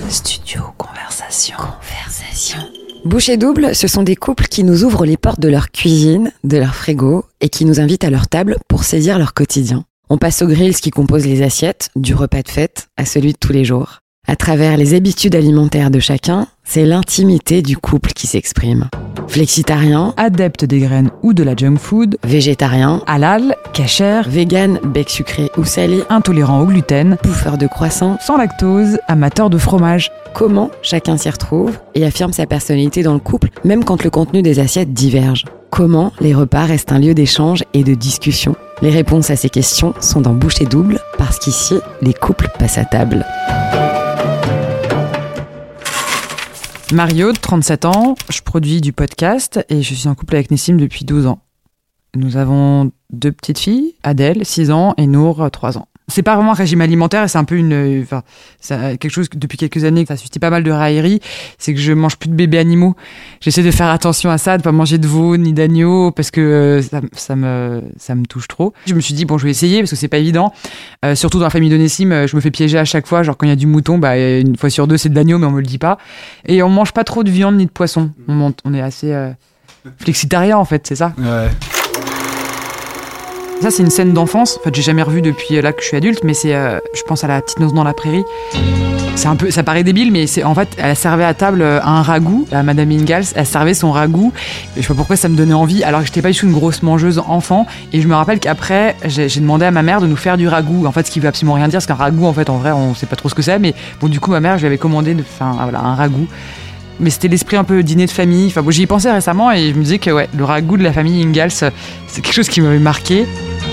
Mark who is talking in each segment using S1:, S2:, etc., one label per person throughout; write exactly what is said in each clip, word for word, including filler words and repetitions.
S1: Studio Conversation. Conversation.
S2: Bouchée double, ce sont des couples qui nous ouvrent les portes de leur cuisine, de leur frigo et qui nous invitent à leur table pour saisir leur quotidien. On passe aux grilles qui composent les assiettes, du repas de fête à celui de tous les jours. À travers les habitudes alimentaires de chacun, c'est l'intimité du couple qui s'exprime. Flexitarien,
S3: adepte des graines ou de la junk food,
S2: végétarien,
S3: halal, kasher,
S2: vegan, bec sucré ou salé,
S3: intolérant au gluten,
S2: bouffeur de croissants,
S3: sans lactose, amateur de fromage.
S2: Comment chacun s'y retrouve et affirme sa personnalité dans le couple, même quand le contenu des assiettes diverge. Comment les repas restent un lieu d'échange et de discussion. Les réponses à ces questions sont dans Bouchée double, parce qu'ici, les couples passent à table.
S3: Mario, trente-sept ans, je produis du podcast et je suis en couple avec Nessim depuis douze ans. Nous avons deux petites filles, Adèle, six ans, et Nour, trois ans. C'est pas vraiment un régime alimentaire, c'est un peu une, enfin, c'est quelque chose que depuis quelques années, ça suscite pas mal de railleries, c'est que je mange plus de bébés animaux. J'essaie de faire attention à ça, de pas manger de veau ni d'agneau, parce que ça, ça me, ça me touche trop. Je me suis dit, bon, je vais essayer, parce que c'est pas évident. Euh, surtout dans la famille de Nessim, je me fais piéger à chaque fois, genre quand il y a du mouton, bah, une fois sur deux, c'est de l'agneau, mais on me le dit pas. Et on mange pas trop de viande ni de poisson. On, on est assez, euh, flexitarien, en fait, c'est ça?
S4: Ouais.
S3: Ça, c'est une scène d'enfance. En fait, j'ai jamais revu depuis là que je suis adulte, mais c'est, euh, je pense à la petite noce dans la prairie. C'est un peu, ça paraît débile, mais c'est, en fait, elle servait à table un ragoût, la Madame Ingalls. Elle servait son ragoût. Et je sais pas pourquoi ça me donnait envie, alors que j'étais pas du tout une grosse mangeuse enfant. Et je me rappelle qu'après, j'ai, j'ai demandé à ma mère de nous faire du ragoût. En fait, ce qui veut absolument rien dire, parce qu'un ragoût, en fait, en vrai, on sait pas trop ce que c'est. Mais bon, du coup, ma mère, je lui avais commandé de faire, voilà, un ragoût. Mais c'était l'esprit un peu dîner de famille. Enfin, bon, j'y ai pensé récemment et je me disais que ouais, le ragoût de la famille Ingalls, c'est quelque chose qui m'avait marqué.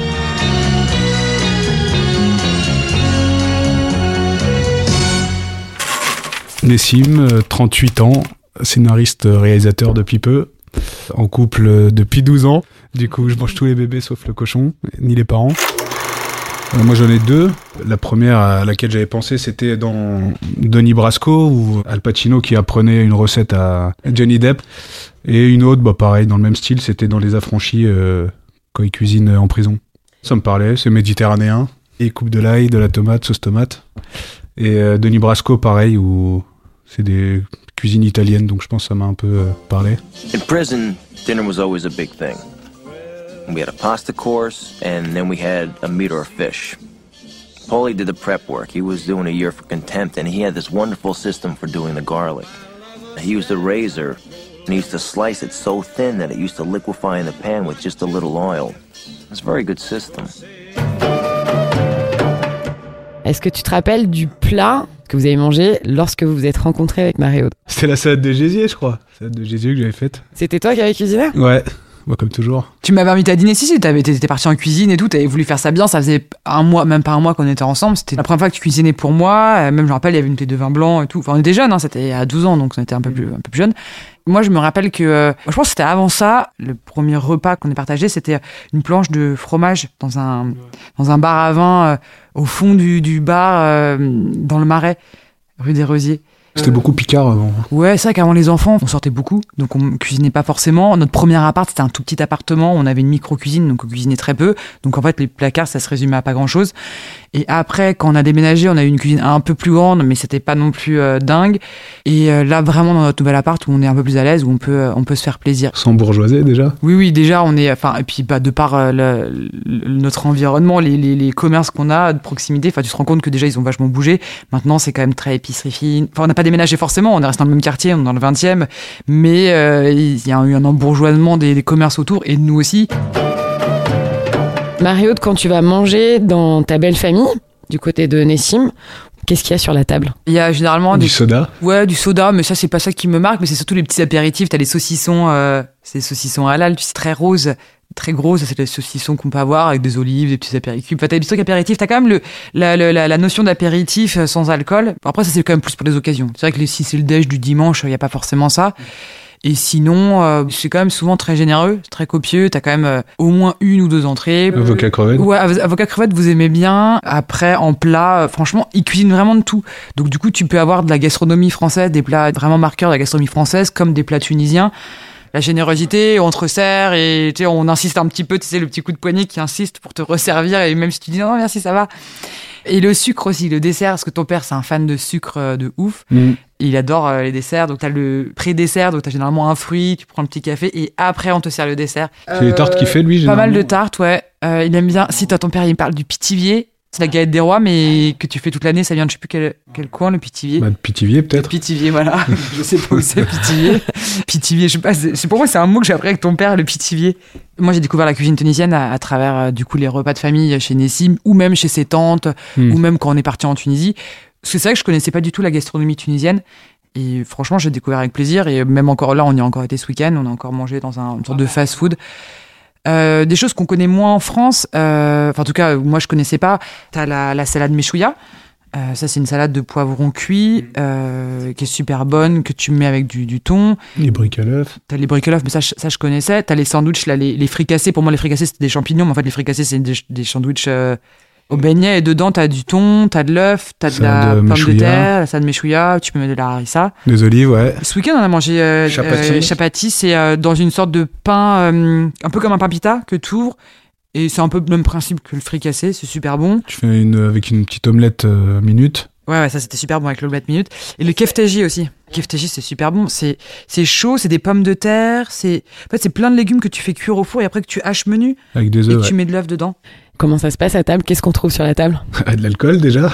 S4: Nessim, trente-huit ans, scénariste, réalisateur depuis peu, en couple depuis douze ans. Du coup, je mange tous les bébés sauf le cochon, ni les parents. Euh, moi, j'en ai deux. La première à laquelle j'avais pensé, c'était dans Donnie Brasco, où Al Pacino qui apprenait une recette à Johnny Depp. Et une autre, bah pareil, dans le même style, c'était dans Les Affranchis, euh, quand ils cuisinent en prison. Ça me parlait, c'est méditerranéen. Et coupe de l'ail, de la tomate, sauce tomate. Et euh, Donnie Brasco, pareil, où c'est des cuisines italiennes, donc je pense que ça m'a un peu euh, parlé.
S5: In prison, dinner was always a big thing. We had a pasta course, and then we had a meat or a fish. Paulie did the prep work. He was doing a year for contempt, and he had this wonderful system for doing the garlic. He used a razor, and he used to slice it so thin that it used to liquefy in the pan with just a little oil. It's a very good system.
S2: Est-ce que tu te rappelles du plat que vous avez mangé lorsque vous vous êtes rencontrés avec Marie-Aude?
S4: C'était la salade de gésier, je crois. La salade de gésier que j'avais faite.
S2: C'était toi qui avais cuisiné?
S4: Ouais. Moi, comme toujours.
S3: Tu m'avais invité à dîner, si, si, t'avais, t'étais parti en cuisine et tout, t'avais voulu faire ça bien, ça faisait un mois, même pas un mois qu'on était ensemble, c'était la première fois que tu cuisinais pour moi, même je me rappelle, il y avait une bouteille de vin blanc et tout, enfin on était jeunes, hein, c'était à douze ans, donc on était un peu plus, un peu plus jeunes. Moi, je me rappelle que, euh, je pense que c'était avant ça, le premier repas qu'on ait partagé, c'était une planche de fromage dans un, dans un bar à vin, euh, au fond du, du bar, euh, dans le Marais, rue des Rosiers.
S4: C'était beaucoup Picard avant.
S3: Ouais, c'est vrai qu'avant les enfants, on sortait beaucoup, donc on cuisinait pas forcément. Notre premier appart, c'était un tout petit appartement, on avait une micro-cuisine, donc on cuisinait très peu. Donc en fait, les placards, ça se résumait à pas grand-chose. Et après, quand on a déménagé, on a eu une cuisine un peu plus grande, mais c'était pas non plus euh, dingue. Et euh, là, vraiment, dans notre nouvel appart, où on est un peu plus à l'aise, où on peut, euh, on peut se faire plaisir.
S4: Sans bourgeoisie, déjà?
S3: Oui, oui, déjà, on est, enfin, et puis, bah, de par euh, le, le, notre environnement, les, les, les commerces qu'on a de proximité, enfin, tu te rends compte que déjà, ils ont vachement bougé. Maintenant, c'est quand même très épicerie fine. Enfin, on n'a pas déménagé forcément, on est resté dans le même quartier, on est dans le vingtième, mais euh, il y a eu un embourgeoisement des, des commerces autour, et de nous aussi.
S2: Marie-Aude, quand tu vas manger dans ta belle famille, du côté de Nessim, qu'est-ce qu'il y a sur la table?
S3: Il y a généralement
S4: du
S3: des...
S4: soda.
S3: Ouais, du soda, mais ça c'est pas ça qui me marque, mais c'est surtout les petits apéritifs. T'as les saucissons, euh, c'est des saucissons halal, tu sais, très roses, très gros. Ça c'est les saucissons qu'on peut avoir avec des olives, des petits apéritifs. Enfin, t'as des petits trucs apéritifs. T'as quand même le la, la, la notion d'apéritif sans alcool. Après, ça c'est quand même plus pour les occasions. C'est vrai que si c'est le déj du dimanche, il y a pas forcément ça. Et sinon, euh, c'est quand même souvent très généreux, très copieux. T'as quand même euh, au moins une ou deux entrées.
S4: Avocat crevette.
S3: Ouais, avocat crevette, vous aimez bien. Après, en plat, euh, franchement, ils cuisinent vraiment de tout. Donc du coup, tu peux avoir de la gastronomie française, des plats vraiment marqueurs de la gastronomie française, comme des plats tunisiens. La générosité, on te resserre et tu sais, on insiste un petit peu, tu sais, le petit coup de poignet qui insiste pour te resservir, et même si tu dis non, merci, ça va. Et le sucre aussi, le dessert, parce que ton père, c'est un fan de sucre euh, de ouf.
S4: Mm.
S3: Il adore euh, les desserts. Donc, t'as le pré-dessert, donc t'as généralement un fruit, tu prends le petit café et après, on te sert le dessert.
S4: C'est les tartes qu'il fait, lui,
S3: Pas
S4: généralement.
S3: mal de tartes, ouais. Euh, il aime bien. Si toi, ton père, il me parle du Pithiviers. C'est la galette des rois, mais que tu fais toute l'année. Ça vient de je sais plus quel, quel coin, le Pithiviers.
S4: Bah, de Pithiviers, peut-être.
S3: Pithiviers, voilà. Je sais pas où c'est, Pithiviers. Pithiviers, je sais pas. C'est, c'est pour moi, c'est un mot que j'ai appris avec ton père, le Pithiviers. Moi, j'ai découvert la cuisine tunisienne à, à travers, euh, du coup, les repas de famille chez Nessim, ou même chez ses tantes,
S4: Mm.
S3: ou même quand on est parti en Tunisie. Parce que c'est vrai que je connaissais pas du tout la gastronomie tunisienne. Et franchement, j'ai découvert avec plaisir. Et même encore là, on y a encore été ce week-end. On a encore mangé dans un, une sorte de fast-food. Euh, des choses qu'on connaît moins en France, euh, enfin en tout cas moi je connaissais pas. T'as la, la salade meshouya, euh, ça c'est une salade de poivrons cuits euh, qui est super bonne, que tu mets avec du, du thon.
S4: Les briques à l'œuf.
S3: T'as les briques à l'œuf, mais ça, je- ça je connaissais. T'as les sandwichs là, les, les fricassés. Pour moi les fricassés c'était des champignons, mais en fait les fricassés c'est des, des sandwichs euh, au beignet, et dedans t'as du thon, t'as de l'œuf, t'as de la
S4: Salade
S3: pomme de
S4: meshouya.
S3: terre, la salade meshouya, tu peux mettre de la harissa.
S4: Des olives, ouais.
S3: Ce week-end, on a mangé euh,
S4: Chapati.
S3: euh, chapati, c'est euh, dans une sorte de pain, euh, un peu comme un pain pita que tu ouvres. Et c'est un peu le même principe que le fricassé, c'est super bon.
S4: Tu fais une, avec une petite omelette euh, minute.
S3: Ouais, ouais, ça c'était super bon avec l'omelette minute. Et le kefteji aussi. Le kefteji, c'est super bon. C'est, c'est chaud, c'est des pommes de terre. C'est... En fait, c'est plein de légumes que tu fais cuire au four et après que tu haches menu
S4: Avec des
S3: et
S4: œufs,
S3: que tu
S4: ouais.
S3: mets de l'œuf dedans.
S2: Comment ça se passe à table? Qu'est-ce qu'on trouve sur la table?
S4: Ah, de l'alcool, déjà.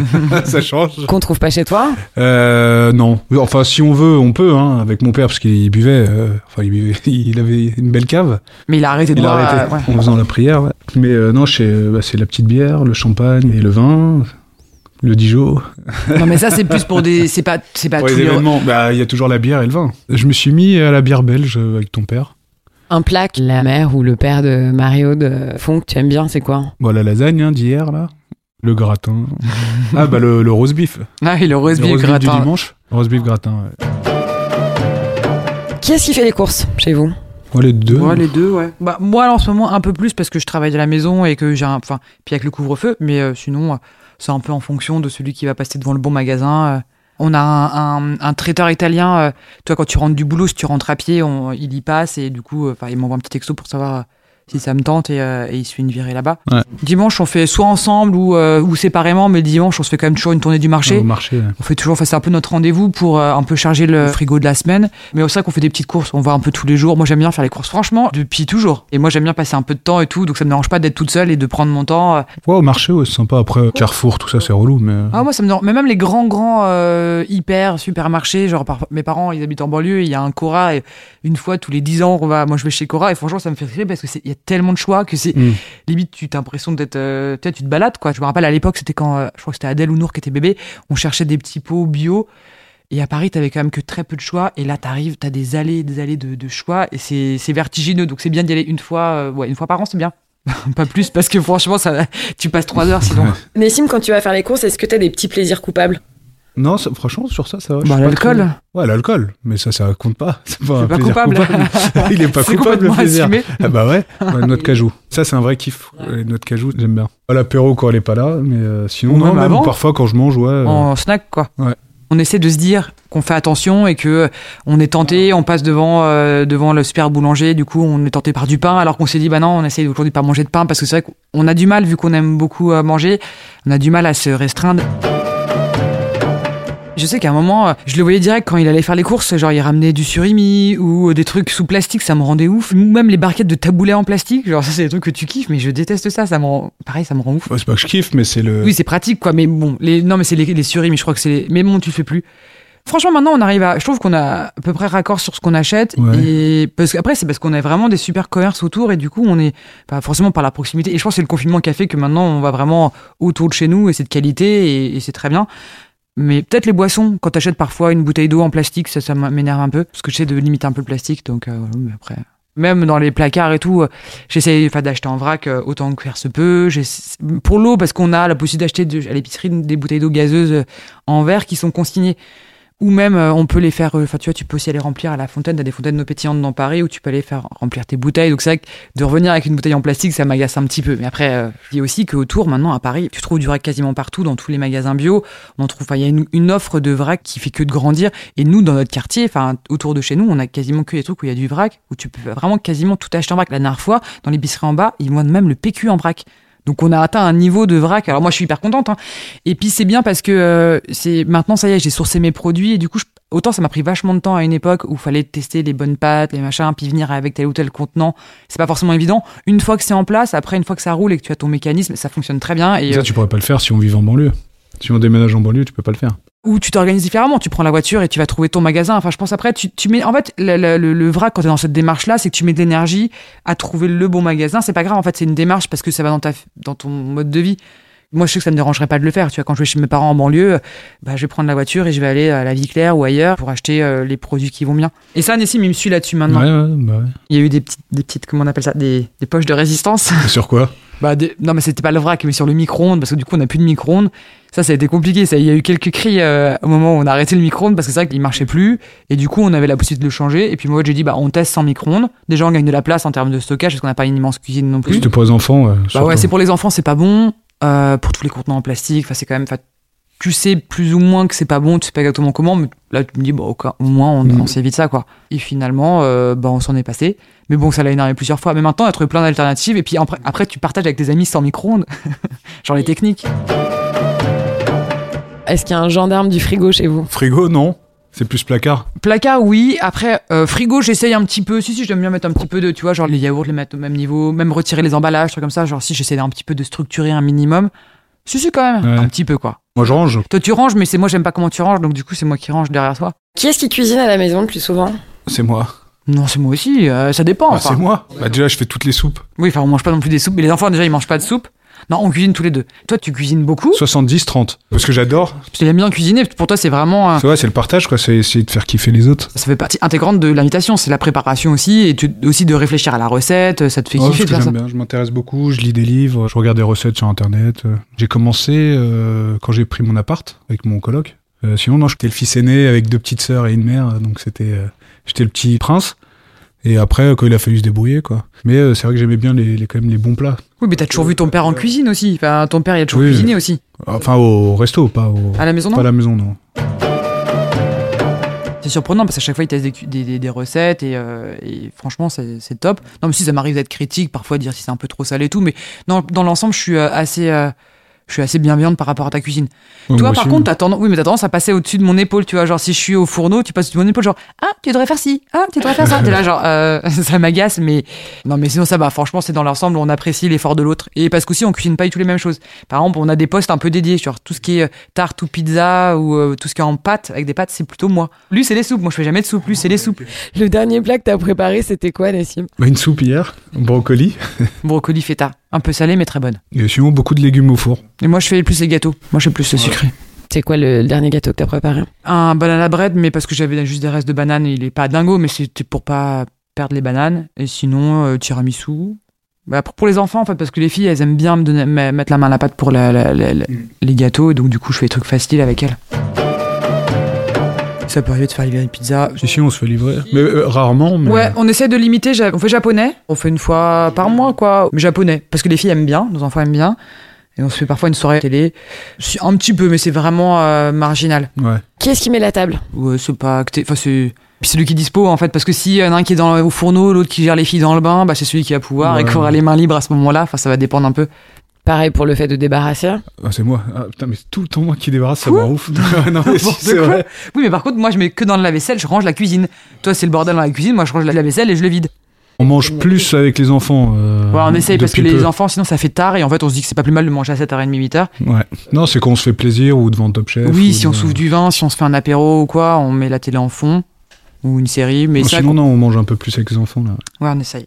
S4: Ça change.
S2: Qu'on trouve pas chez toi?
S4: Euh, non. Enfin, si on veut, on peut, hein, avec mon père, parce qu'il buvait. euh, enfin, il buvait. Il avait une belle cave.
S3: Mais il a arrêté de
S4: Il a
S3: boire.
S4: arrêté
S3: euh, ouais.
S4: en faisant la prière, ouais. Mais euh, non, chez, bah, c'est la petite bière, le champagne et le vin, le Dijon.
S3: Non, mais ça, c'est plus pour des. C'est pas, c'est pas
S4: Pour
S3: tous
S4: les
S3: les.
S4: événements, bah, il y a toujours la bière et le vin. Je me suis mis à la bière belge euh, avec ton père.
S2: Un plat que la mère ou le père de Marie-Aude font que tu aimes bien, c'est quoi?
S4: Bon, la lasagne hein, d'hier, là. Le gratin. Ah, bah, le, le roast beef.
S3: Ah, et le roast
S4: Le
S3: beef
S4: roast beef du
S3: gratin.
S4: dimanche. Roast beef gratin, ouais.
S2: Qui est-ce qui fait les courses chez vous?
S4: Oh, les deux.
S3: Ouais, les deux, ouais. Bah, moi, là, en ce moment, un peu plus parce que je travaille à la maison et que j'ai un. Enfin, puis avec le couvre-feu, mais euh, sinon, euh, c'est un peu en fonction de celui qui va passer devant le bon magasin. euh. On a un, un, un traiteur italien. euh, toi, quand tu rentres du boulot, si tu rentres à pied, on- il y passe et du coup, enfin, il m'envoie un petit texto pour savoir euh, si ça me tente et, euh, et il se fait une virée là-bas.
S4: Ouais.
S3: Dimanche, on fait soit ensemble ou, euh, ou séparément, mais dimanche, on se fait quand même toujours une tournée du marché.
S4: Au marché, ouais.
S3: On fait toujours, enfin, c'est un peu notre rendez-vous pour euh, un peu charger le frigo de la semaine. Mais c'est vrai qu'on fait des petites courses, on va un peu tous les jours. Moi, j'aime bien faire les courses, franchement, depuis toujours. Et moi, j'aime bien passer un peu de temps et tout, donc ça me dérange pas d'être toute seule et de prendre mon temps. euh.
S4: Ouais, au marché, ouais, c'est sympa. Après, Carrefour, tout ça, c'est relou, mais.
S3: Ah, moi, ça me dérange. Mais même les grands, grands, euh, hyper supermarchés, genre, par- mes parents, ils habitent en banlieue, il y a un Cora, et une fois tous les dix ans, on va, moi, je vais chez Cora, et franchement, ça me fait rire parce que c'est, il y a tellement de choix que c'est,
S4: Mm.
S3: limite, tu t'as l'impression d'être, euh, tu sais, tu te balades, quoi. Je me rappelle à l'époque, c'était quand, euh, je crois que c'était Adèle ou Nour qui était bébé, on cherchait des petits pots bio. Et à Paris, t'avais quand même que très peu de choix. Et là, t'arrives, t'as des allées, des allées de, de choix. Et c'est, c'est vertigineux. Donc, c'est bien d'y aller une fois, euh, ouais, une fois par an, c'est bien. Pas plus, parce que franchement, ça, tu passes trois heures sinon.
S2: Nessim, quand tu vas faire les courses, est-ce que t'as des petits plaisirs coupables?
S4: Non, ça- franchement, sur ça, ça va. je
S3: Bah,
S4: suis pas
S3: l'alcool.
S4: trop- Ouais, l'alcool. Mais ça, ça compte pas. C'est pas, un
S3: C'est pas
S4: plaisir
S3: coupable.
S4: Il est pas
S3: C'est
S4: coupable, le
S3: complètement
S4: plaisir.
S3: assumé.
S4: Ah bah ouais, ouais, noix de cajou. Ça, c'est un vrai kiff. Les noix de cajou, j'aime bien. Pas l'apéro quand elle est pas là, mais euh, sinon,
S3: Ou
S4: non,
S3: même
S4: même
S3: avant.
S4: parfois quand je mange, ouais. euh,
S3: En snack, quoi.
S4: Ouais.
S3: On essaie de se dire qu'on fait attention et que on est tenté, on passe devant, euh, devant le super boulanger, du coup, on est tenté par du pain, alors qu'on s'est dit, bah non, on essaie aujourd'hui de pas manger de pain, parce que c'est vrai qu'on a du mal, vu qu'on aime beaucoup euh, manger, on a du mal à se restreindre. Je sais qu'à un moment, euh, je le voyais direct quand il allait faire les courses, genre il ramenait du surimi ou des trucs sous plastique, ça me rendait ouf. Ou même les barquettes de taboulé en plastique, genre ça c'est des trucs que tu kiffes, mais je déteste ça, ça me rend... pareil, ça me rend ouf.
S4: ouais, c'est pas que je kiffe, mais c'est le.
S3: Oui, c'est pratique, quoi, mais bon, les... non, mais c'est les, les surimi, je crois que c'est les... Mais bon, tu le fais plus. Franchement, maintenant, on arrive à... Je trouve qu'on a à peu près raccord sur ce qu'on achète.
S4: Ouais.
S3: Et parce qu'après, c'est parce qu'on a vraiment des super commerces autour et du coup, on est pas forcément par la proximité. Et je pense que c'est le confinement qui a fait que maintenant, on va vraiment autour de chez nous et c'est de qualité et, et c'est très bien. Mais peut-être les boissons, quand t'achètes parfois une bouteille d'eau en plastique, ça, ça m'énerve un peu. Parce que j'essaie de limiter un peu le plastique, donc euh, voilà, mais après... Même dans les placards et tout, euh, j'essaie enfin, d'acheter en vrac euh, autant que faire se peut. J'essa- Pour l'eau, parce qu'on a la possibilité d'acheter de- à l'épicerie des bouteilles d'eau gazeuses euh, en verre qui sont consignées. Ou même, euh, on peut les faire... Enfin, tu vois, tu peux aussi aller remplir à la fontaine. T'as des fontaines d'eau pétillantes dans Paris où tu peux aller faire remplir tes bouteilles. Donc c'est vrai que de revenir avec une bouteille en plastique, ça m'agace un petit peu. Mais après, euh, je dis aussi qu'autour, maintenant, à Paris, tu trouves du vrac quasiment partout, dans tous les magasins bio. On en trouve... Enfin, il y a une, une offre de vrac qui fait que de grandir. Et nous, dans notre quartier, enfin, autour de chez nous, on a quasiment que des trucs où il y a du vrac, où tu peux vraiment quasiment tout acheter en vrac. La dernière fois, dans l'épicerie en bas, ils vendent même le P Q en vrac. Donc on a atteint un niveau de vrac. Alors moi je suis hyper contente. Hein. Et puis c'est bien parce que euh, c'est maintenant ça y est, j'ai sourcé mes produits et du coup je, autant ça m'a pris vachement de temps à une époque où il fallait tester les bonnes pâtes, les machins, puis venir avec tel ou tel contenant. C'est pas forcément évident. Une fois que c'est en place, après une fois que ça roule et que tu as ton mécanisme, ça fonctionne très bien. Et
S4: ça
S3: euh,
S4: tu pourrais pas le faire si on vit en banlieue. Si on déménage en banlieue, tu peux pas le faire.
S3: Ou tu t'organises différemment, tu prends la voiture et tu vas trouver ton magasin. Enfin, je pense après, tu, tu mets. En fait, le, le, le vrac, quand t'es dans cette démarche-là, c'est que tu mets de l'énergie à trouver le bon magasin. C'est pas grave, en fait, c'est une démarche parce que ça va dans, ta, dans ton mode de vie. Moi, je sais que ça me dérangerait pas de le faire. Tu vois, quand je vais chez mes parents en banlieue, bah, je vais prendre la voiture et je vais aller à la Vie Claire ou ailleurs pour acheter euh, les produits qui vont bien. Et ça, Nessim, il me suit là-dessus maintenant.
S4: Ouais, ouais, bah ouais.
S3: Il y a eu des petites, des petites, comment on appelle ça, des, des poches de résistance.
S4: Sur quoi?
S3: Bah, des, non, mais c'était pas le vrac, mais sur le micro-ondes, parce que du coup, on n'a plus de micro-ondes. Ça, ça a été compliqué. Ça, il y a eu quelques cris euh, au moment où on a arrêté le micro-ondes parce que c'est vrai qu'il marchait plus. Et du coup, on avait la possibilité de le changer. Et puis moi, j'ai dit, bah, on teste sans micro-ondes. Déjà, on gagne de la place en termes de stockage parce qu'on n'a pas une immense cuisine non plus.
S4: C'était pour les enfants. Ouais,
S3: bah ouais, c'est pour les enfants, c'est pas bon. Euh, pour tous les contenants en plastique, enfin, c'est quand même. Tu sais plus ou moins que c'est pas bon, tu sais pas exactement comment, mais là, tu me dis, bah, au, cas, au moins, on, mmh. on s'évite ça, quoi. Et finalement, euh, bah, on s'en est passé. Mais bon, ça l'a énervé plusieurs fois. Mais maintenant, on a trouvé plein d'alternatives. Et puis après, après tu partages avec tes amis sans micro-ondes. Genre les techniques.
S2: Est-ce qu'il y a un gendarme du frigo chez vous?
S4: Frigo, non. C'est plus placard.
S3: Placard, oui. Après, euh, frigo, j'essaye un petit peu. Si, si, j'aime bien mettre un petit peu de, tu vois, genre les yaourts, les mettre au même niveau, même retirer les emballages, trucs comme ça. Genre, si, j'essaie un petit peu de structurer un minimum. Si, si, quand même.
S4: Ouais.
S3: Un petit peu, quoi.
S4: Moi, je range.
S3: Toi, tu ranges, mais c'est moi, j'aime pas comment tu ranges, donc du coup, c'est moi qui range derrière toi.
S2: Qui est-ce qui cuisine à la maison le plus souvent?
S4: C'est moi.
S3: Non, c'est moi aussi. Euh, ça dépend.
S4: Ah,
S3: enfin.
S4: C'est moi. Bah, déjà, je fais toutes les soupes.
S3: Oui, enfin, on mange pas non plus des soupes. Mais les enfants, déjà, ils mangent pas de soupe. Non, on cuisine tous les deux. Toi, tu cuisines beaucoup.
S4: soixante-dix trente. Parce que j'adore.
S3: Tu aimes bien cuisiner. Pour toi, c'est vraiment. Euh...
S4: C'est vrai, c'est le partage, quoi. C'est essayer de faire kiffer les autres.
S3: Ça fait partie intégrante de l'invitation. C'est la préparation aussi. Et tu, aussi de réfléchir à la recette. Ça te fait
S4: oh,
S3: kiffer de faire ça.
S4: Bien. Je m'intéresse beaucoup. Je lis des livres. Je regarde des recettes sur Internet. J'ai commencé euh, quand j'ai pris mon appart avec mon coloc. Euh, sinon, non, j'étais le fils aîné avec deux petites sœurs et une mère. Donc, c'était. Euh, j'étais le petit prince. Et après, quand il a fallu se débrouiller, quoi. Mais euh, c'est vrai que j'aimais bien les, les, quand même les bons plats.
S3: Oui, mais t'as toujours vu ton père en cuisine aussi. Enfin, ton père, il a toujours
S4: oui,
S3: cuisiné aussi.
S4: Enfin, au resto, pas au...
S3: À la maison, non?
S4: Pas à la maison, non.
S3: C'est surprenant parce qu'à chaque fois, il teste des, des, des, des recettes et, euh, et franchement, c'est, c'est top. Non, mais si, ça m'arrive d'être critique, parfois, de dire si c'est un peu trop salé et tout. Mais dans, dans l'ensemble, je suis euh, assez... Euh, je suis assez bienveillante par rapport à ta cuisine.
S4: Ouais,
S3: Toi,
S4: moi
S3: par
S4: aussi,
S3: contre, t'as tendance, oui, mais t'as tendance à passer au-dessus de mon épaule, tu vois. Genre, si je suis au fourneau, tu passes au-dessus de mon épaule, genre, ah, tu devrais faire ci, ah, tu devrais faire ça. T'es là, genre, euh, ça m'agace, mais non, mais sinon, ça va. Franchement, c'est dans l'ensemble, on apprécie l'effort de l'autre. Et parce qu'aussi, on cuisine pas du tout les mêmes choses. Par exemple, on a des postes un peu dédiés, genre, tout ce qui est tarte ou pizza ou euh, tout ce qui est en pâte, avec des pâtes, c'est plutôt moi. Lui, c'est les soupes. Moi, je fais jamais de soupe. Lui, c'est les soupes.
S2: Le dernier plat que t'as préparé, c'était quoi, Nessim?
S4: Bah, une soupe hier, un brocoli.
S3: Brocoli feta. Un peu salé, mais très bonne.
S4: Et sinon, beaucoup de légumes au four.
S3: Et moi, je fais plus les gâteaux. Moi, je fais plus le sucré.
S2: C'est quoi le dernier gâteau que t'as préparé?
S3: Un banana bread, mais parce que j'avais juste des restes de bananes. Il est pas dingo, mais c'était pour pas perdre les bananes. Et sinon, euh, tiramisu. Bah, pour les enfants, en fait, parce que les filles, elles aiment bien me donner, me mettre la main à la pâte pour la, la, la, la, les gâteaux. Et donc, du coup, je fais des trucs faciles avec elles. Ça peut arriver de faire livrer une pizza.
S4: Si, si, on se fait livrer. Mais euh, rarement. Mais...
S3: Ouais, on essaie de limiter. On fait japonais. On fait une fois par mois, quoi. Mais japonais. Parce que les filles aiment bien, nos enfants aiment bien. Et on se fait parfois une soirée télé. C'est un petit peu, mais c'est vraiment euh, marginal.
S4: Ouais.
S2: Qui est-ce qui met la table?
S3: Ouais, c'est pas acté. Enfin, c'est. Puis c'est lui qui dispo, en fait. Parce que s'il y en a un qui est dans, au fourneau, l'autre qui gère les filles dans le bain, bah, c'est celui qui va pouvoir. Ouais. Et qui aura les mains libres à ce moment-là. Enfin, ça va dépendre un peu.
S2: Pareil pour le fait de débarrasser.
S4: Ah, c'est moi. Ah, putain, mais c'est tout le temps moi qui débarrasse, ça me rend ouf. Non, mais si, c'est
S3: quoi
S4: vrai.
S3: Oui, mais par contre, moi, je mets que dans le lave-vaisselle, je range la cuisine. Toi, c'est le bordel dans la cuisine, moi, je range la lave-vaisselle et je le vide.
S4: On mange plus avec les enfants. Euh,
S3: ouais, on essaye parce que
S4: peu.
S3: les enfants, sinon, ça fait tard et en fait, on se dit que c'est pas plus mal de manger à sept heures trente, huit heures.
S4: Ouais. Non, c'est quand on se fait plaisir ou devant Top Chef.
S3: Oui, si
S4: de...
S3: on souffle du vin, si on se fait un apéro ou quoi, on met la télé en fond ou une série. Mais
S4: non,
S3: ça,
S4: sinon,
S3: qu'on...
S4: non, on mange un peu plus avec les enfants, là.
S3: Ouais, on essaye.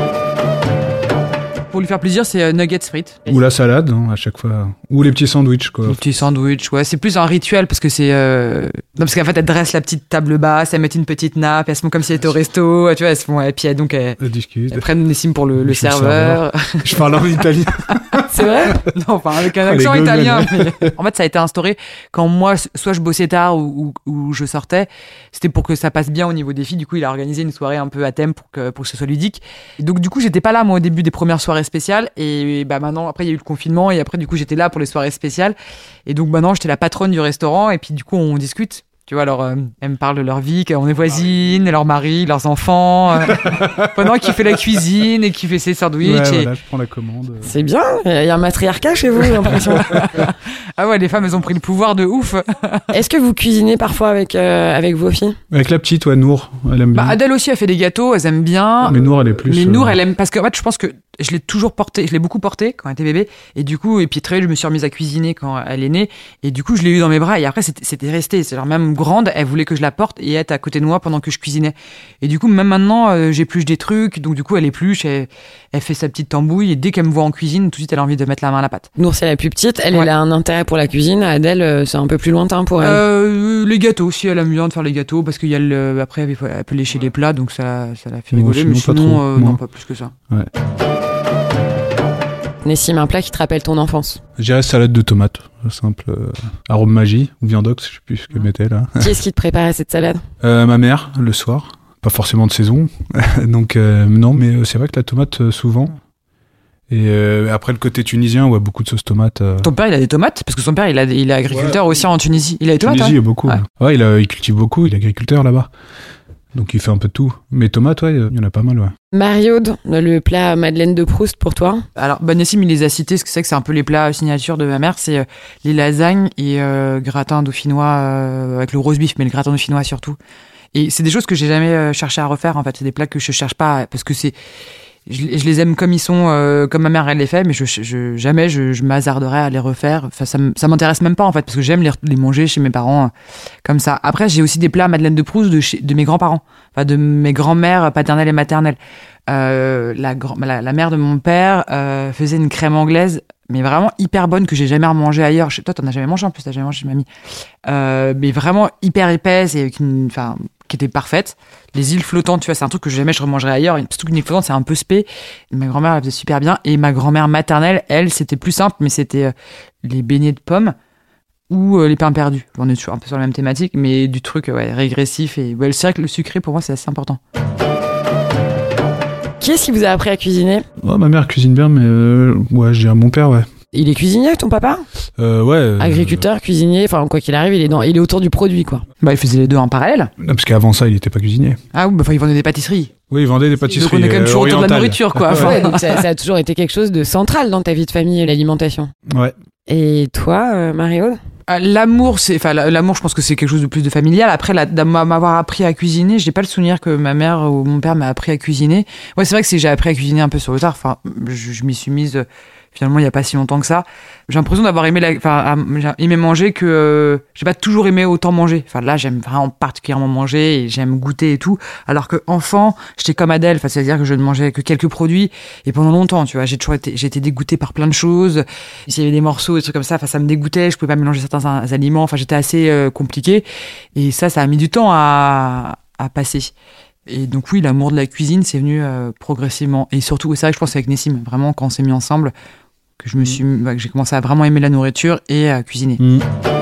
S3: Pour lui faire plaisir, c'est nuggets frites.
S4: Ou la salade, hein, à chaque fois. Ou les petits sandwichs, quoi.
S3: Les petits sandwichs, ouais. C'est plus un rituel parce que c'est. Euh... Non, parce qu'en fait, elle dresse la petite table basse, elle met une petite nappe, elles se font comme si elles étaient au resto, tu vois, elles se font. Et puis, donc, elles,
S4: elles discutent.
S3: Elles prennent Nessim pour le, le serveur.
S4: serveur. Je parle en italien.
S3: C'est vrai? Non, enfin, avec un accent italien. Mais... En fait, ça a été instauré quand moi, soit je bossais tard ou, ou, ou je sortais. C'était pour que ça passe bien au niveau des filles. Du coup, il a organisé une soirée un peu à thème pour que, pour que ce soit ludique. Et donc, du coup, j'étais pas là, moi, au début des premières soirées spéciales. Et bah, maintenant, après, il y a eu le confinement. Et après, du coup, j'étais là pour les soirées spéciales. Et donc, maintenant, j'étais la patronne du restaurant. Et puis, du coup, on discute. Tu vois, alors, euh, elle me parle de leur vie, qu'on est voisines, leur mari, leurs enfants, euh, pendant qu'il fait la cuisine et qu'il fait ses sandwichs.
S4: Ouais,
S3: et...
S4: voilà, je prends la commande.
S2: C'est bien, il y a un matriarcat chez vous, j'ai l'impression.
S3: Ah ouais, les femmes, elles ont pris le pouvoir de ouf.
S2: Est-ce que vous cuisinez parfois avec, euh, avec vos filles?
S4: Avec la petite, ouais, Nour, elle aime bien.
S3: Bah, Adèle aussi, elle fait des gâteaux, elles aiment bien.
S4: Mais Nour, elle est plus...
S3: Mais
S4: euh,
S3: Nour, elle aime, parce que en fait, je pense que je l'ai toujours porté, je l'ai beaucoup portée quand elle était bébé, et du coup, et puis très vite, je me suis remise à cuisiner quand elle est née, et du coup, je l'ai eu dans mes bras, et après, c'était, c'était resté. C'est genre, même grande, elle voulait que je la porte et être à côté de moi pendant que je cuisinais. Et du coup, même maintenant, euh, j'épluche des trucs, donc du coup, elle épluche, elle, elle fait sa petite tambouille, et dès qu'elle me voit en cuisine, tout de suite, elle a envie de mettre la main à la pâte.
S2: Nour, c'est la plus petite, elle,
S3: Ouais.
S2: elle a un intérêt pour la cuisine, Adèle, euh, c'est un peu plus lointain pour elle.
S3: Euh, les gâteaux, si elle aime bien de faire les gâteaux, parce qu'il y a le, après, elle peut- elle peut lécher les plats, donc ça, ça la fait
S4: Non,
S3: rigoler, mais
S4: sinon, pas
S3: sinon,
S4: trop,
S3: euh,
S4: moi.
S3: non, pas plus que ça.
S4: Ouais.
S2: Nessim, un plat qui te rappelle ton enfance.
S4: Je dirais salade de tomates, simple. Euh, arôme magie, ou viandox, je sais plus ce qu'elle mettait là.
S2: Qui est-ce qui te préparait cette salade?
S4: Euh, ma mère, le soir. Pas forcément de saison. Donc, euh, non, mais euh, c'est vrai que la tomate, euh, souvent. Et euh, après, le côté tunisien, ouais, beaucoup de sauce tomate. Euh...
S3: Ton père, il a des tomates, parce que son père, il, a, il est agriculteur aussi en Tunisie. Il a des tomates,
S4: Tunisie, il y a beaucoup.
S3: Ouais.
S4: Ouais, ouais il, a, il cultive beaucoup, il est agriculteur là-bas. Donc, il fait un peu de tout. Mais tomates, ouais, il y en a pas mal, ouais.
S2: Marie-Aude, le plat Madeleine de Proust pour toi?
S3: Alors, bah, Nessim, il les a cités, parce que c'est vrai que c'est un peu les plats signature de ma mère, c'est euh, les lasagnes et euh, gratin dauphinois euh, avec le roast beef, mais le gratin dauphinois surtout. Et c'est des choses que j'ai jamais euh, cherché à refaire, en fait. C'est des plats que je cherche pas, parce que c'est... Je, je les aime comme ils sont, euh, comme ma mère elle les fait, mais je, je, jamais je, je m'hasarderais à les refaire. Enfin, ça, m- ça m'intéresse même pas en fait, parce que j'aime les, les manger chez mes parents euh, comme ça. Après, j'ai aussi des plats Madeleine de Proust de, chez, de mes grands-parents, enfin de mes grands-mères paternelles et maternelles. Euh, la, grand, la, la mère de mon père euh, faisait une crème anglaise, mais vraiment hyper bonne, que j'ai jamais remangée ailleurs. Chez toi, t'en as jamais mangé en plus, t'as jamais mangé chez mamie. Euh, mais vraiment hyper épaisse et avec une, enfin, qui était parfaite. Les îles flottantes, tu vois, c'est un truc que jamais je remangerais ailleurs. Surtout qu'une île flottante, c'est un peu spé. Ma grand-mère, elle faisait super bien. Et ma grand-mère maternelle, elle, c'était plus simple, mais c'était euh, les beignets de pommes ou euh, les pains perdus. On est toujours un peu sur la même thématique, mais du truc ouais, régressif. Et ouais, c'est vrai que le sucré, pour moi, c'est assez important.
S2: Qui est-ce qui vous a appris à cuisiner?
S4: Oh, ma mère cuisine bien, mais euh, ouais, je dirais mon père, ouais.
S2: Il est cuisinier, ton papa?
S4: Euh, ouais. euh,
S2: Agriculteur, cuisinier, enfin quoi qu'il arrive, il est, dans, il est autour du produit, quoi.
S3: Bah, il faisait les deux en parallèle.
S4: Non, parce qu'avant ça, il était pas cuisinier.
S3: Ah oui, bah, enfin, il vendait des pâtisseries.
S4: Oui, il vendait des pâtisseries.
S3: Donc on est quand même
S4: euh,
S3: toujours autour de la
S4: orientales.
S3: nourriture, quoi. Enfin,
S2: Ouais, donc ça, ça a toujours été quelque chose de central dans ta vie de famille, l'alimentation.
S4: Ouais.
S2: Et toi, euh, Marie-Aude?
S3: Euh, L'amour, c'est, enfin, la- l'amour, je pense que c'est quelque chose de plus de familial. Après, la, d'a- m'avoir appris à cuisiner, j'ai pas le souvenir que ma mère ou mon père m'a appris à cuisiner. Ouais, c'est vrai que c'est, j'ai appris à cuisiner un peu sur le tard. Enfin, je, je m'y suis mise, euh, finalement, il y a pas si longtemps que ça. J'ai l'impression d'avoir aimé la, enfin, à- j'ai aimé manger que, euh, j'ai pas toujours aimé autant manger. Enfin, là, j'aime vraiment particulièrement manger et j'aime goûter et tout. Alors que enfant, j'étais comme Adèle. Enfin, c'est-à-dire que je ne mangeais que quelques produits et pendant longtemps, tu vois, j'ai toujours été, j'ai été dégoûtée par plein de choses. S'il y avait des morceaux, des trucs comme ça, enfin, ça me dégoûtait. Je pouvais pas mélanger certains a- aliments. Enfin, j'étais assez euh, compliquée. Et ça, ça a mis du temps à, à passer. Et donc oui, l'amour de la cuisine, c'est venu euh, progressivement. Et surtout, c'est vrai que je pense avec Nessim, vraiment, quand on s'est mis ensemble, que je me suis, bah, que j'ai commencé à vraiment aimer la nourriture et à cuisiner.
S4: Mmh.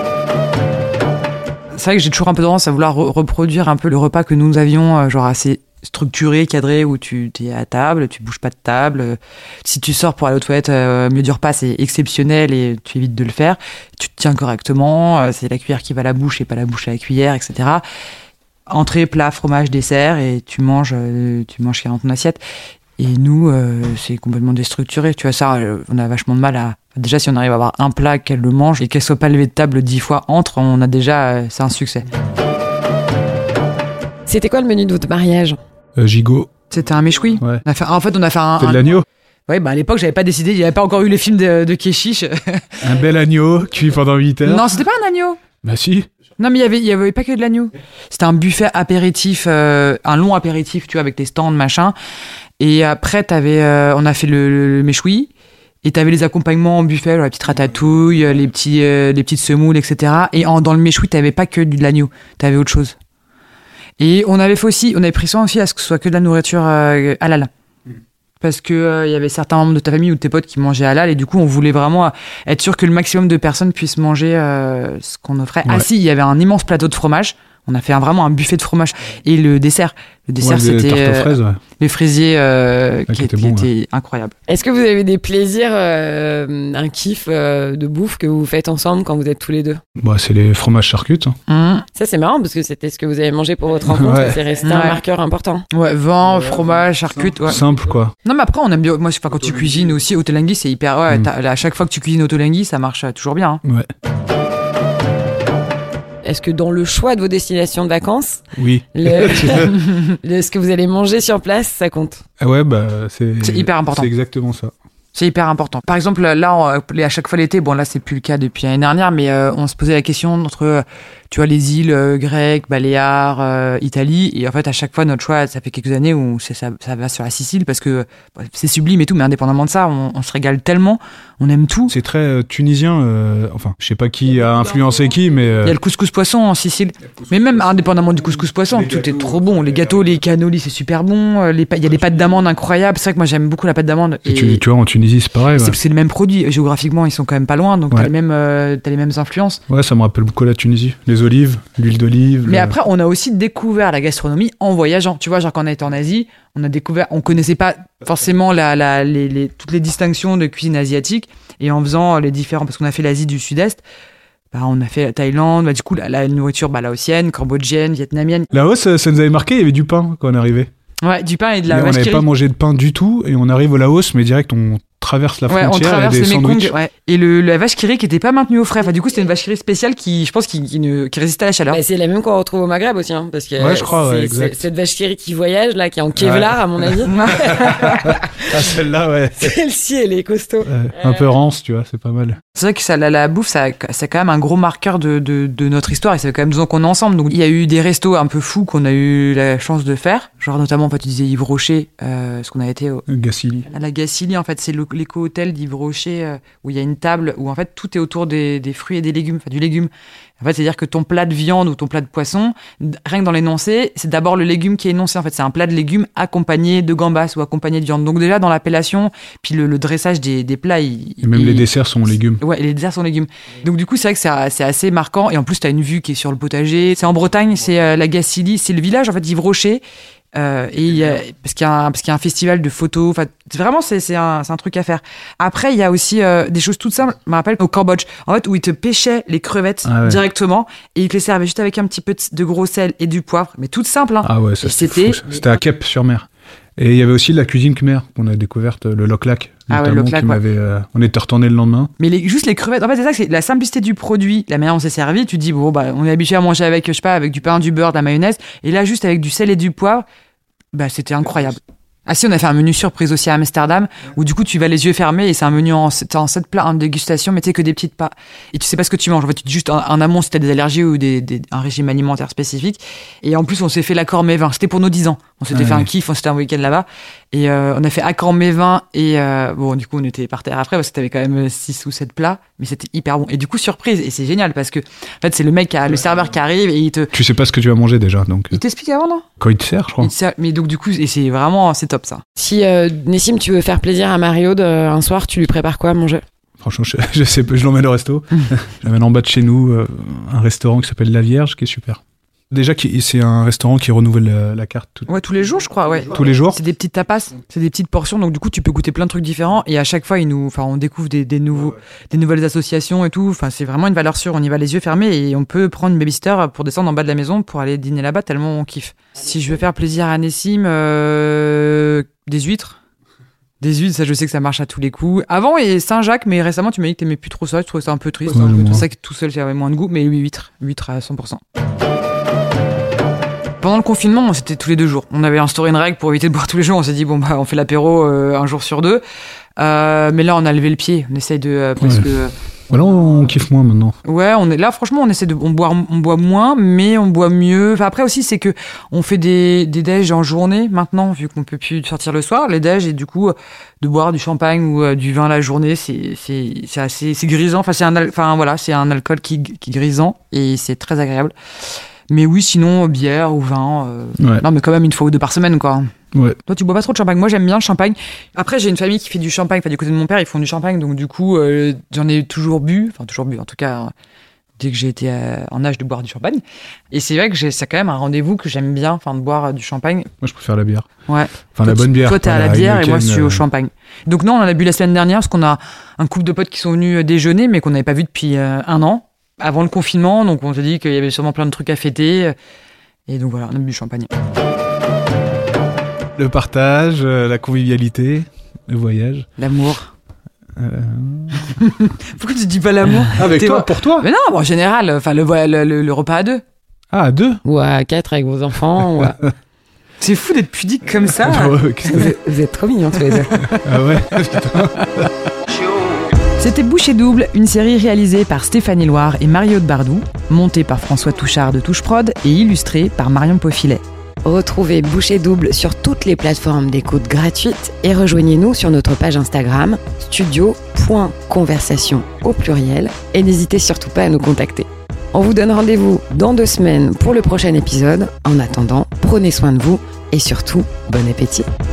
S3: C'est vrai que j'ai toujours un peu tendance à vouloir re- reproduire un peu le repas que nous avions, euh, genre assez structuré, cadré, où tu es à table, tu bouges pas de table. Euh, Si tu sors pour aller aux toilettes, euh, milieu du repas, c'est exceptionnel et tu évites de le faire. Tu te tiens correctement, euh, c'est la cuillère qui va à la bouche et pas la bouche à la cuillère, et cetera. Entrée, plat, fromage, dessert, et tu manges, euh, tu manges dans ton assiette. Et nous, euh, c'est complètement déstructuré. Tu vois, ça, euh, on a vachement de mal à... Déjà, si on arrive à avoir un plat qu'elle le mange et qu'elle soit pas levée de table dix fois entre, on a déjà... euh, c'est un succès.
S2: C'était quoi le menu de votre mariage?
S4: Euh, gigot.
S3: C'était un méchoui.
S4: Ouais.
S3: On a fait, en fait, on a fait un...
S4: C'est de
S3: un-
S4: l'agneau.
S3: Ouais, bah à l'époque, j'avais pas décidé. Il n'y avait pas encore eu les films de, de Keshish.
S4: Un bel agneau cuit pendant huit heures.
S3: Non, c'était pas un agneau.
S4: Bah si.
S3: Non, mais il y avait, il y avait pas que de l'agneau. C'était un buffet apéritif, euh, un long apéritif, tu vois, avec les stands, machin. Et après, t'avais, euh, on a fait le, le, le méchoui. Et t'avais les accompagnements en buffet, genre la petite ratatouille, les petits, euh, les petites semoules, et cetera. Et en, dans le méchoui, t'avais pas que de l'agneau. T'avais autre chose. Et on avait fait aussi, on avait pris soin aussi à ce que ce soit que de la nourriture euh, halal. Parce que euh, il y avait certains membres de ta famille ou de tes potes qui mangeaient halal et du coup on voulait vraiment euh, être sûr que le maximum de personnes puissent manger euh, ce qu'on offrait. Ah
S4: Ouais.
S3: si, il y avait un immense plateau de fromage. On a fait un, vraiment un buffet de fromage. Et le dessert. Le dessert,
S4: Ouais, les
S3: c'était
S4: tartes aux fraises, ouais.
S3: les fraisiers euh,
S4: Ah,
S3: qui,
S4: qui étaient
S3: qui
S4: bons,
S3: étaient incroyables.
S2: Est-ce que vous avez des plaisirs, euh, un kiff euh, de bouffe que vous faites ensemble quand vous êtes tous les deux?
S4: Bah, c'est les fromages charcutes. hein.
S3: Mmh.
S2: Ça, c'est marrant parce que c'était ce que vous avez mangé pour votre rencontre
S4: Ouais.
S2: et c'est resté
S3: Ouais.
S2: un marqueur important.
S3: Ouais, vin, fromage, charcute. Ouais.
S4: Simple, quoi.
S3: Non, mais après, on aime bien. Moi, enfin, quand tu cuisines aussi, Otolenghi, c'est hyper. Ouais,
S4: Mm.
S3: t'as- à chaque fois que tu cuisines Otolenghi, ça marche euh, toujours bien. hein.
S4: Ouais.
S2: Est-ce que dans le choix de vos destinations de vacances,
S4: Oui.
S2: le, le- ce que vous allez manger sur place, ça compte?
S4: Ah ouais, bah, c'est.
S3: C'est hyper important.
S4: C'est exactement ça.
S3: C'est hyper important. Par exemple, là, on- à chaque fois l'été, bon, là, c'est plus le cas depuis l'année dernière, mais euh, on se posait la question entre, euh, tu vois, les îles euh, grecques, Baléares, euh, Italie, et en fait, à chaque fois, notre choix, ça fait quelques années où c'est- ça, ça va sur la Sicile parce que bon, c'est sublime et tout, mais indépendamment de ça, on, on se régale tellement, on aime tout.
S4: C'est très euh, tunisien. euh, enfin, je sais pas qui a influencé qui, mais. euh,
S3: Il y a le couscous poisson en Sicile, mais même indépendamment du couscous poisson, tout est trop bon. Les gâteaux, les cannolis, c'est super bon. euh, les pa- Il y a des pâtes d'amandes incroyables. C'est vrai que moi, j'aime beaucoup la pâte d'amande.
S4: et
S3: Et-
S4: tu, tu vois, en Tunisie, c'est pareil.
S3: C'est
S4: Ouais.
S3: parce que c'est le même produit. Géographiquement, ils sont quand même pas loin, donc t'as
S4: Ouais.
S3: les mêmes, euh, t'as les mêmes influences.
S4: Ouais, ça me rappelle beaucoup la Tunisie. Les olives, l'huile d'olive.
S3: Mais
S4: le-
S3: après, on a aussi découvert la gastronomie en voyageant. Tu vois, genre quand on a été en Asie, on a découvert, on connaissait pas forcément la, la, les, les- toutes les distinctions de cuisine asiatique, et en faisant les différents, parce qu'on a fait l'Asie du Sud-Est, bah, on a fait la Thaïlande, bah, du coup la, la nourriture bah, laotienne, cambodgienne, vietnamienne.
S4: Là-haut, ça, ça nous avait marqué, il y avait du pain quand on arrivait.
S3: Ouais, du pain et de la
S4: Mais on
S3: vache qui
S4: n'avait pas
S3: rit.
S4: mangé de pain du tout, et on arrive au Laos, mais direct, on traverse la
S3: Ouais,
S4: frontière,
S3: on traverse
S4: il y a
S3: le
S4: des
S3: Mekong,
S4: sandwichs.
S3: ouais. Et le, la vache qui rit qui était pas maintenue au frais. Enfin, du coup, c'était une vache qui rit spéciale qui, je pense, qui, qui, ne, qui résistait à la chaleur.
S2: Bah, c'est la même qu'on retrouve au Maghreb aussi, hein, parce que
S4: Ouais, je crois,
S2: c'est-
S4: ouais,
S2: c'est-
S4: exact.
S2: cette vache qui rit qui voyage là, qui est en Kevlar à mon avis.
S4: Ah, celle-là, ouais.
S2: Celle-ci, elle est costaud.
S4: Ouais, un peu rance, tu vois, c'est pas mal.
S3: C'est vrai que ça, la, la bouffe, ça, c'est quand même un gros marqueur de, de, de notre histoire et ça fait quand même deux ans qu'on est ensemble. Donc il y a eu des restos un peu fous qu'on a eu la chance de faire. Genre notamment, en fait, tu disais Yves Rocher, euh, parce qu'on a été au,
S4: Gassili.
S3: à la Gacilly, en fait, c'est le- l'éco-hôtel d'Yves Rocher euh, où il y a une table où en fait tout est autour des, des fruits et des légumes, enfin du légume. En fait, c'est-à-dire que ton plat de viande ou ton plat de poisson, d- rien que dans l'énoncé, c'est d'abord le légume qui est énoncé. En fait, c'est un plat de légumes accompagné de gambas ou accompagné de viande. Donc déjà dans l'appellation, puis le, le dressage des, des plats, il,
S4: Et même
S3: il-
S4: les desserts sont légumes.
S3: Ouais, et les desserts sont légumes. Donc du coup, c'est vrai que c'est, c'est assez marquant. Et en plus, t'as une vue qui est sur le potager. C'est en Bretagne, c'est euh, la Gacilly, c'est le village en fait d'Yves Rocher. Euh, et il y a- parce qu'il y a un, parce qu'il y a un festival de photos. Enfin, c'est vraiment c'est c'est un c'est un truc à faire. Après, il y a aussi euh, des choses toutes simples. Je me rappelle au Cambodge, en fait, où ils te pêchaient les crevettes
S4: Ah ouais.
S3: directement et ils te les servaient juste avec un petit peu de, de gros sel et du poivre, mais toutes simples. Hein.
S4: Ah ouais, ça
S3: Et
S4: c'était
S3: c'était-
S4: fou, ça. C'était à Kep-sur-Mer. Et il y avait aussi la cuisine khmer qu'on a découverte, le Loklak.
S3: Ah ouais,
S4: notamment,
S3: Loklak,
S4: qui
S3: ouais.
S4: m'avait, euh, on était retourné le lendemain.
S3: Mais les, juste les crevettes, en fait, c'est ça, c'est la simplicité du produit, la manière dont c'est servi. Tu te dis, bon, bah, on est habitué à manger avec, je sais pas, avec du pain, du beurre, de la mayonnaise. Et là, juste avec du sel et du poivre, bah, c'était incroyable. Ah si, on a fait un menu surprise aussi à Amsterdam, où du coup, tu vas les yeux fermés et c'est un menu en, c'est en sept plats, en dégustation, mais tu sais que des petites pas. Et tu sais pas ce que tu manges. En fait, tu dis juste en, en amont si t'as des allergies ou des, des- un régime alimentaire spécifique. Et en plus, on s'est fait l'accord Mévin. C'était pour nos dix ans. On s'était
S4: Ouais,
S3: fait un
S4: ouais.
S3: kiff, on s'était un week-end là-bas. Et euh, on a fait accord Mévin et euh, bon, du coup, on était par terre après parce que t'avais quand même six ou sept plats, mais c'était hyper bon. Et du coup, surprise. Et c'est génial parce que, en fait, c'est le mec, qui a, le serveur qui arrive et il te,
S4: Tu sais pas ce que tu vas manger déjà, donc euh,
S3: il t'explique avant, non?
S4: quand il te sert, je crois.
S3: Il te sert- mais donc, du coup, et c'est vraiment, c'est top ça.
S2: Si euh, Nessim, tu veux faire plaisir à Mario de, un soir, tu lui prépares quoi à manger?
S4: Franchement, je, je sais pas, je l'emmène au resto. J'amène en bas de chez nous euh, un restaurant qui s'appelle La Vierge, qui est super. Déjà, qui- c'est un restaurant qui renouvelle la, la carte tout-
S3: Ouais, tous les jours, je crois, ouais.
S4: tous les jours.
S3: C'est des petites tapas, c'est des petites portions, donc du coup tu peux goûter plein de trucs différents et à chaque fois ils nous, enfin on découvre des, des nouveaux, des nouvelles associations et tout. Enfin c'est vraiment une valeur sûre. On y va les yeux fermés et on peut prendre une babysitter pour descendre en bas de la maison pour aller dîner là-bas tellement on kiffe. Si je veux faire plaisir à Nessim, euh, des huîtres. Des huîtres, ça je sais que ça marche à tous les coups. Avant et Saint-Jacques, mais récemment tu m'as dit que t'aimais plus trop ça, tu trouvais ça un peu triste.
S4: Ouais,
S3: un peu-
S4: moi.
S3: c'est ça que tout seul j'avais moins de goût, mais oui huîtres, huîtres à cent pour cent. Pendant le confinement, c'était tous les deux jours. On avait instauré une règle pour éviter de boire tous les jours. On s'est dit, bon, bah, on fait l'apéro euh, un jour sur deux. Euh, mais là, on a levé le pied. On essaye de. euh, parce
S4: Ouais.
S3: que.
S4: Voilà, on kiffe moins maintenant.
S3: Ouais, on est là, franchement, on essaie de. On boit, on boit moins, mais on boit mieux. Enfin, après aussi, c'est que on fait des, des déj en journée maintenant, vu qu'on peut plus sortir le soir. Les déj, et du coup, de boire du champagne ou euh, du vin la journée, c'est, c'est, c'est assez. C'est grisant. Enfin, c'est un, al- enfin, voilà, c'est un alcool qui, qui est grisant et c'est très agréable. Mais oui, sinon, bière ou vin. euh,
S4: Ouais.
S3: Non, mais quand même une fois ou deux par semaine, quoi.
S4: Ouais.
S3: Toi, tu bois pas trop de champagne. Moi, j'aime bien le champagne. Après, j'ai une famille qui fait du champagne. Enfin, du côté de mon père, ils font du champagne. Donc, du coup, euh, j'en ai toujours bu. Enfin, toujours bu, en tout cas. dès que j'ai été euh, en âge de boire du champagne. Et c'est vrai que j'ai, c'est quand même un rendez-vous que j'aime bien, enfin de boire du champagne.
S4: Moi, je préfère la bière.
S3: Ouais.
S4: Enfin, la bonne bière.
S3: Toi, t'es à la,
S4: la
S3: bière et moi, je suis
S4: euh...
S3: au champagne. Donc non, on en a bu la semaine dernière parce qu'on a un couple de potes qui sont venus déjeuner, mais qu'on n'avait pas vu depuis euh, un an, avant le confinement. Donc on s'est dit qu'il y avait sûrement plein de trucs à fêter. Et donc voilà, on a bu du champagne.
S4: Le partage, euh, la convivialité, le voyage.
S3: L'amour.
S4: Euh...
S3: Pourquoi tu dis pas l'amour?
S4: Avec
S3: T'es
S4: toi,
S3: vrai...
S4: pour toi?
S3: Mais non, bon, en général, enfin le, le, le, le repas à deux.
S4: Ah, à deux?
S2: Ou à quatre avec vos enfants. Ou à...
S3: C'est fou d'être pudique comme ça.
S2: vous, êtes, vous êtes trop mignons tous les deux.
S4: Ah ouais, putain.
S3: C'était Bouchée Double, une série réalisée par Stéphanie Loire et Marie-Aude Bardou, montée par François Touchard de Touche Prod et illustrée par Marion Paufilet.
S2: Retrouvez Bouchée Double sur toutes les plateformes d'écoute gratuites et rejoignez-nous sur notre page Instagram studio point conversation au pluriel et n'hésitez surtout pas à nous contacter. On vous donne rendez-vous dans deux semaines pour le prochain épisode. En attendant, prenez soin de vous et surtout, bon appétit.